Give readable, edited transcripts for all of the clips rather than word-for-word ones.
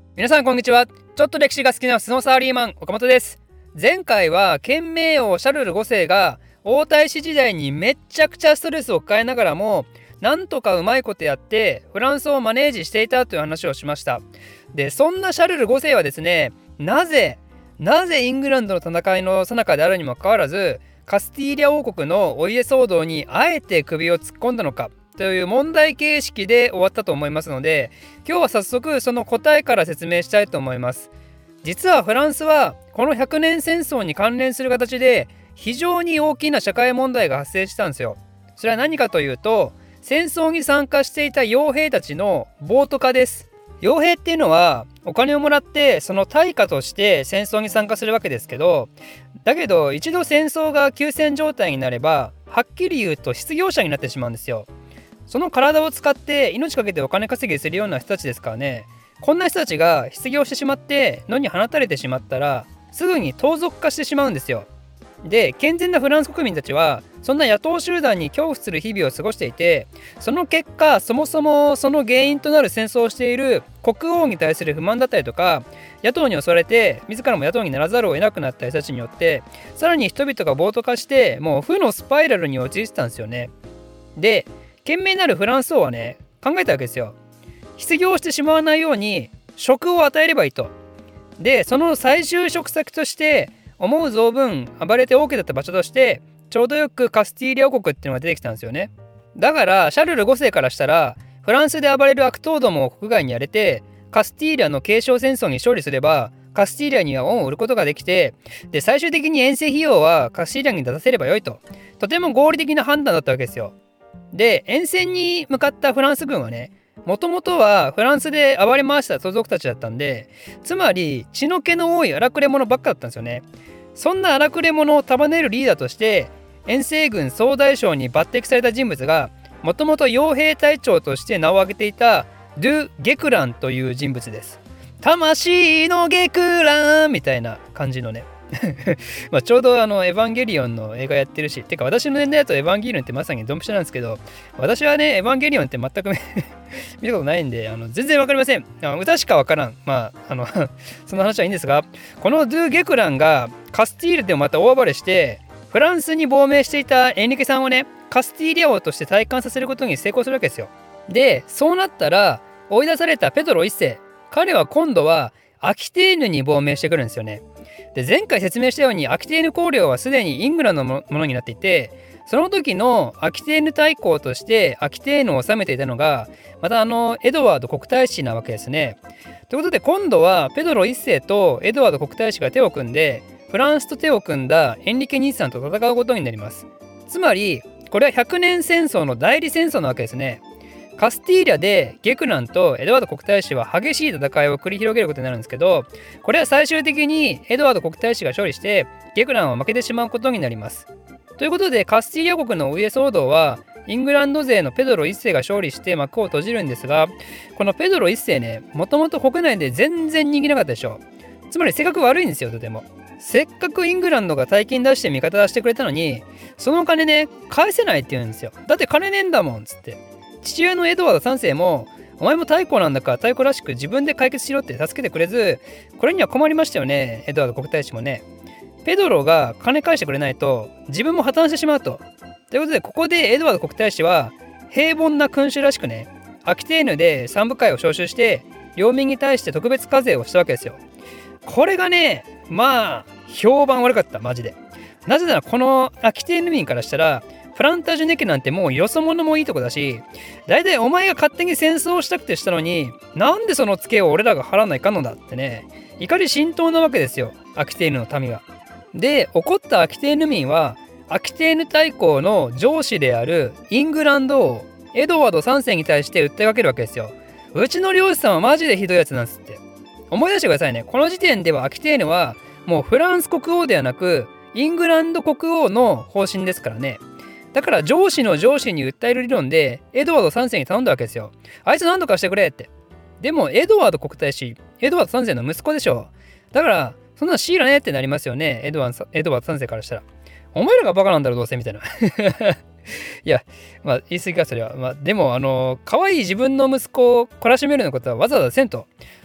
皆さんこんにちは。ちょっと歴史が好きなスノーサーリーマン岡本です。前回は憲名王シャルル5世が王太子時代にめっちゃくちゃストレスを抱えながらもなんとかうまいことやってフランスをマネージしていたという話をしました。でそんなシャルル5世はですね、なぜイングランドの戦いの最中であるにもかかわらずカスティーリャ王国のお家騒動にあえて首を突っ込んだのかという問題形式で終わったと思いますので、今日は早速その答えから説明したいと思います。実はフランスはこの100年戦争に関連する形で非常に大きな社会問題が発生したんですよ。それは何かというと、戦争に参加していた傭兵たちの暴徒化です。傭兵っていうのはお金をもらってその対価として戦争に参加するわけですけど、だけど一度戦争が休戦状態になればはっきり言うと失業者になってしまうんですよ。その体を使って命かけてお金稼ぎするような人たちですからね。こんな人たちが失業してしまって野に放たれてしまったらすぐに盗賊化してしまうんですよ。で健全なフランス国民たちはそんな野党集団に恐怖する日々を過ごしていて、その結果そもそもその原因となる戦争をしている国王に対する不満だったりとか、野党に襲われて自らも野党にならざるを得なくなった人たちによってさらに人々が暴徒化してもう負のスパイラルに陥ってたんですよね。で賢明なるフランス王はね、考えたわけですよ。失業してしまわないように職を与えればいいと。でその再就職先として思う存分暴れて OK だった場所としてちょうどよくカスティーリャ王国っていうのが出てきたんですよね。だからシャルル5世からしたらフランスで暴れる悪党どもを国外にやれてカスティーリャの継承戦争に勝利すればカスティーリャには恩を売ることができて、で最終的に遠征費用はカスティーリャに出させればよいと、とても合理的な判断だったわけですよ。で沿線に向かったフランス軍はね、もともとはフランスで暴れ回した盗賊たちだったんで、つまり血の気の多い荒くれ者ばっかだったんですよね。そんな荒くれ者を束ねるリーダーとして遠征軍総大将に抜擢された人物が、もともと傭兵隊長として名を挙げていたドゥ・ゲクランという人物です。魂のゲクランみたいな感じのねまあちょうどエヴァンゲリオンの映画やってるし、てか私の年代だとエヴァンゲリオンってまさにドンピシャなんですけど、私はねエヴァンゲリオンって全く見たことないんで全然わかりません。歌しかわからん。その話はいいんですが、このドゥ・ゲクランがカスティールでもまた大暴れしてフランスに亡命していたエンリケさんをね、カスティーリャ王として戴冠させることに成功するわけですよ。でそうなったら追い出されたペドロ1世、彼は今度はアキテーヌに亡命してくるんですよね。で前回説明したようにアキテーヌ公領はすでにイングランドのものになっていて、その時のアキテーヌ大公としてアキテーヌを治めていたのがまたエドワード国太子なわけですね。ということで今度はペドロ1世とエドワード国太子が手を組んでフランスと手を組んだエンリケ兄さんと戦うことになります。つまりこれは100年戦争の代理戦争なわけですね。カスティーリャでゲクランとエドワード国太子は激しい戦いを繰り広げることになるんですけど、これは最終的にエドワード国太子が勝利してゲクランは負けてしまうことになります。ということでカスティーリャ国のお家騒動はイングランド勢のペドロ1世が勝利して幕を閉じるんですが、このペドロ1世ね、もともと国内で全然人気なかったでしょ。つまり性格悪いんですよ。とてもせっかくイングランドが大金出して味方してくれたのに、そのお金ね返せないって言うんですよ。だって金ねえんだもんっつって。父親のエドワード3世もお前も太鼓なんだから太鼓らしく自分で解決しろって助けてくれず、これには困りましたよね。エドワード国太子もね、ペドロが金返してくれないと自分も破綻してしまうと。ということでここでエドワード国太子は平凡な君主らしくね、アキテーヌで三部会を招集して領民に対して特別課税をしたわけですよ。これがね評判悪かった。マジで。なぜならこのアキテーヌ民からしたらプランタージュネ家なんてもうよそ者もいいとこだし、だいたいお前が勝手に戦争をしたくてしたのになんでそのツケを俺らが払わないかんのだってね、怒り心頭なわけですよ、アキテーヌの民は。で怒ったアキテーヌ民はアキテーヌ大公の上司であるイングランド王エドワード3世に対して訴えかけるわけですよ。うちの領主さんはマジでひどいやつなんですって。思い出してくださいね。この時点ではアキテーヌはもうフランス国王ではなくイングランド国王の方針ですからね。だから上司の上司に訴える理論でエドワード3世に頼んだわけですよ。あいつ何とかしてくれって。でもエドワード国太子、エドワード3世の息子でしょ。だからそんなの強いらねってなりますよね。エドワード3世からしたら。お前らがバカなんだろどうせみたいな。いや言い過ぎかそれは。でも可愛い自分の息子を懲らしめるようなことはわざわざせんと。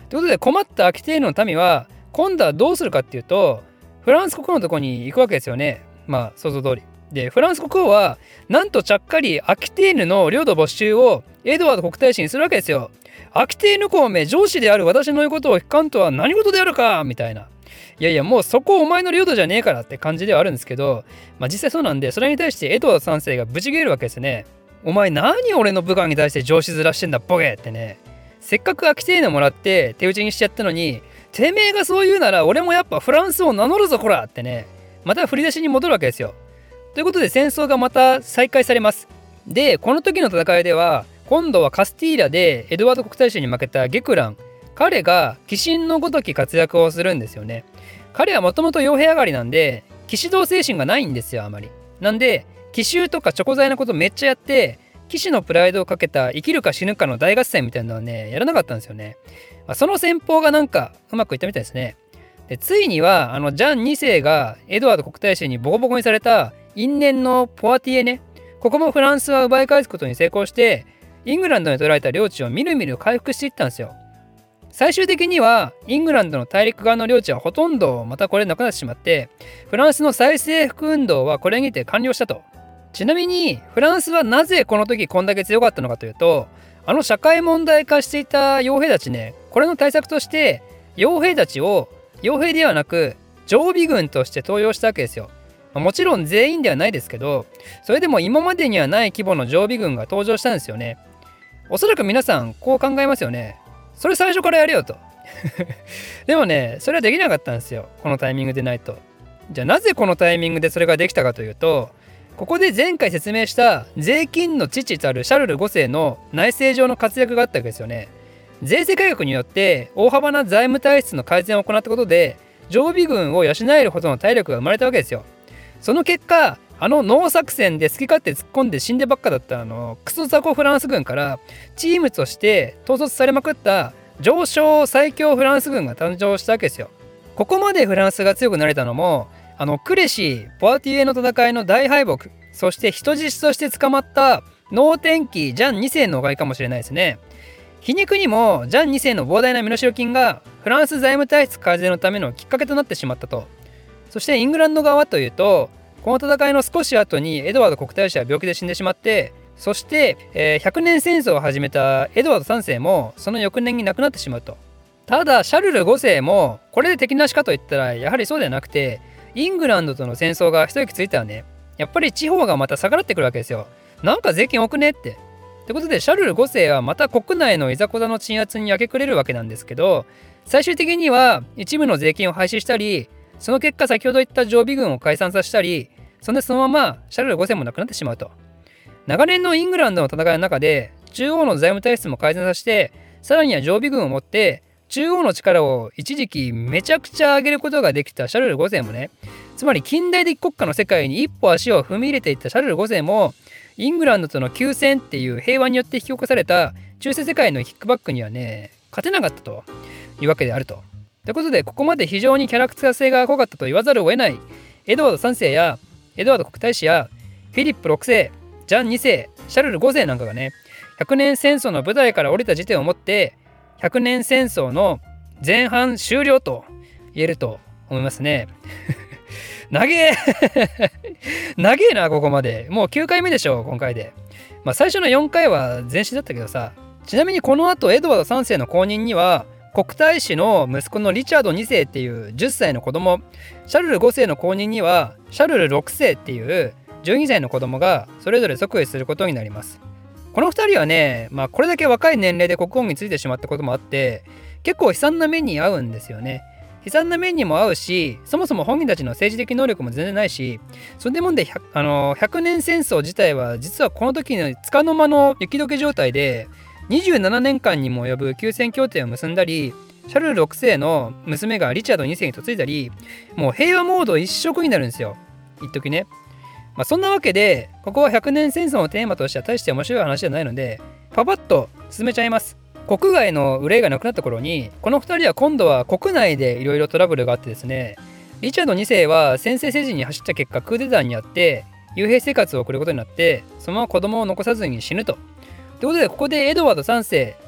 ということで困ったアキテーヌの民は今度はどうするかっていうと、フランス国王のところに行くわけですよね。まあ想像通り。で、フランス国王はなんとちゃっかりアキテーヌの領土没収をエドワード国大使にするわけですよ。アキテーヌ公め上司である私の言うことを聞かんとは何事であるかみたいな。いやいやもうそこお前の領土じゃねえからって感じではあるんですけど、まあ実際そうなんで、それに対してエドワード3世がブチ切れるわけですね。お前何俺の部下に対して上司面してんだボケってね。せっかくアキテーヌもらって手打ちにしちゃったのに、てめえがそう言うなら俺もやっぱフランスを名乗るぞこらってね、また振り出しに戻るわけですよ。ということで戦争がまた再開されます。で、この時の戦いでは今度はカスティーラでエドワード国大使に負けたゲクラン、彼が鬼神のごとき活躍をするんですよね。彼はもともと傭兵上がりなんで騎士道精神がないんですよ、あまり。なんで奇襲とかチョコ材のことめっちゃやって、騎士のプライドをかけた生きるか死ぬかの大合戦みたいなのはねやらなかったんですよね。その戦法がなんかうまくいったみたいですね。でついにはジャン2世がエドワード国大使にボコボコにされた因縁のポワティエね、ここもフランスは奪い返すことに成功して、イングランドに取られた領地をみるみる回復していったんですよ。最終的にはイングランドの大陸側の領地はほとんどまたこれなくなってしまって、フランスの再征服運動はこれにて完了したと。ちなみにフランスはなぜこの時こんだけ強かったのかというと、社会問題化していた傭兵たちね、これの対策として傭兵たちを傭兵ではなく常備軍として登用したわけですよ。もちろん全員ではないですけど、それでも今までにはない規模の常備軍が登場したんですよね。おそらく皆さんこう考えますよね。それ最初からやれよと。でもね、それはできなかったんですよ、このタイミングでないと。じゃあなぜこのタイミングでそれができたかというと、ここで前回説明した税金の父たるシャルル5世の内政上の活躍があったわけですよね。税制改革によって大幅な財務体質の改善を行ったことで、常備軍を養えるほどの体力が生まれたわけですよ。その結果、ノー作戦で好き勝手突っ込んで死んでばっかだったクソ雑魚フランス軍からチームとして統率されまくった上昇最強フランス軍が誕生したわけですよ。ここまでフランスが強くなれたのもクレシー・ポワティエの戦いの大敗北、そして人質として捕まった能天気ジャン2世のおかげかもしれないですね。皮肉にもジャン2世の膨大な身代金がフランス財務体質改善のためのきっかけとなってしまったと。そしてイングランド側はというと、この戦いの少し後にエドワード国大使は病気で死んでしまって、そして、100年戦争を始めたエドワード3世もその翌年に亡くなってしまうと。ただシャルル5世もこれで敵なしかといったらやはりそうではなくて、イングランドとの戦争が一息ついたらね、やっぱり地方がまた逆らってくるわけですよ。なんか税金多くねって。ってことでシャルル5世はまた国内のいざこざの鎮圧に明け暮れるわけなんですけど、最終的には一部の税金を廃止したり、その結果先ほど言った常備軍を解散させたり、そのままシャルル5世もなくなってしまうと。長年のイングランドの戦いの中で中央の財務体質も改善させて、さらには常備軍を持って中央の力を一時期めちゃくちゃ上げることができたシャルル5世もね、つまり近代的国家の世界に一歩足を踏み入れていったシャルル5世も、イングランドとの休戦っていう平和によって引き起こされた中世世界のキックバックにはね、勝てなかったというわけであると。ということで、ここまで非常にキャラクター性が濃かったと言わざるを得ないエドワード3世やエドワード国大使やフィリップ6世、ジャン2世、シャルル5世なんかがね、100年戦争の舞台から降りた時点をもって100年戦争の前半終了と言えると思いますね。長え長えな、ここまで。もう9回目でしょ、今回で。最初の4回は前史だったけどさ。ちなみにこの後エドワード3世の後任には国大使の息子のリチャード2世っていう10歳の子供、シャルル5世の後任にはシャルル6世っていう12歳の子供がそれぞれ即位することになります。この2人はね、これだけ若い年齢で国王についてしまったこともあって、結構悲惨な目に遭うんですよね。悲惨な面にも遭うし、そもそも本人たちの政治的能力も全然ないし、それでもんで100年戦争自体は実はこの時の束の間の雪解け状態で27年間にも及ぶ休戦協定を結んだり、シャルル6世の娘がリチャード2世に嫁いだり、もう平和モード一色になるんですよ、一時ね。そんなわけで、ここは100年戦争のテーマとしては大して面白い話じゃないので、パパッと進めちゃいます。国外の憂いがなくなった頃に、この2人は今度は国内でいろいろトラブルがあってですね、リチャード2世は専制政治に走った結果クーデターにあって幽閉生活を送ることになって、そのまま子供を残さずに死ぬと。ということで、ここでエドワード3世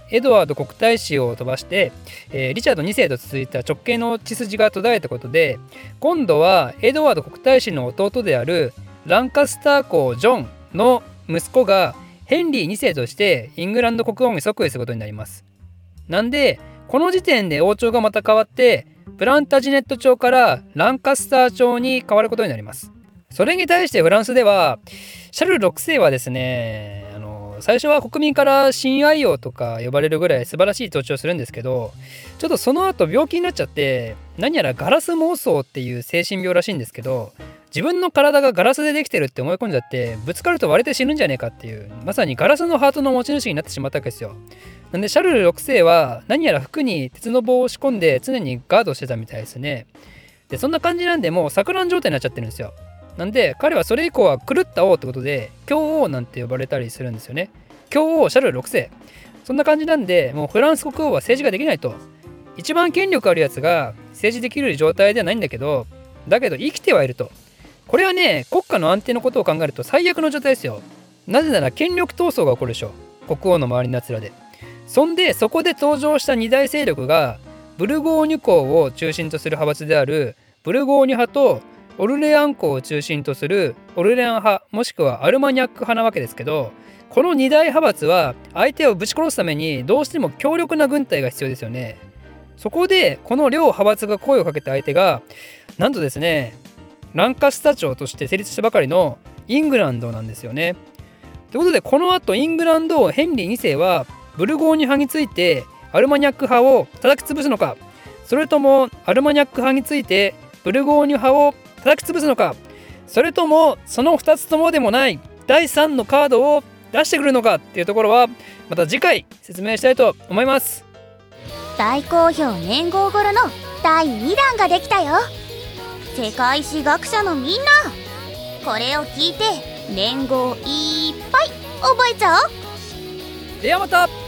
エドワード国太子を飛ばして、リチャード2世と続いた直系の血筋が途絶えたことで、今度はエドワード国太子の弟であるランカスター公ジョンの息子がヘンリー2世としてイングランド国王に即位することになります。なんでこの時点で王朝がまた変わって、プランタジネット朝からランカスター朝に変わることになります。それに対してフランスではシャルル6世はですね、最初は国民から親愛王とか呼ばれるぐらい素晴らしい統治をするんですけど、ちょっとその後病気になっちゃって、何やらガラス妄想っていう精神病らしいんですけど、自分の体がガラスでできてるって思い込んじゃって、ぶつかると割れて死ぬんじゃねえかっていう、まさにガラスのハートの持ち主になってしまったわけですよ。なんでシャルル6世は何やら服に鉄の棒を仕込んで常にガードしてたみたいですね。でそんな感じなんで、もう錯乱状態になっちゃってるんですよ。なんで彼はそれ以降は狂った王ってことで教王なんて呼ばれたりするんですよね。教王シャルル6世、そんな感じなんで、もうフランス国王は政治ができないと。一番権力あるやつが政治できる状態ではないんだけど生きてはいると。これはね、国家の安定のことを考えると最悪の状態ですよ。なぜなら権力闘争が起こるでしょ、国王の周りのやつらで。そこで登場した二大勢力がブルゴーニュ公を中心とする派閥であるブルゴーニュ派とオルレアン公を中心とするオルレアン派、もしくはアルマニャック派なわけですけど、この二大派閥は相手をぶち殺すためにどうしても強力な軍隊が必要ですよね。そこでこの両派閥が声をかけた相手がなんとですね、ランカスタ朝として成立したばかりのイングランドなんですよね。ということで、この後イングランド王ヘンリー2世はブルゴーニュ派についてアルマニャック派を叩き潰すのか、それともアルマニャック派についてブルゴーニュ派を叩き潰すのか、それともその2つともでもない第3のカードを出してくるのかっていうところはまた次回説明したいと思います。 大好評年号頃の第2弾ができたよ。世界史学者のみんな、これを聞いて年号いっぱい覚えちゃおう。 ではまた。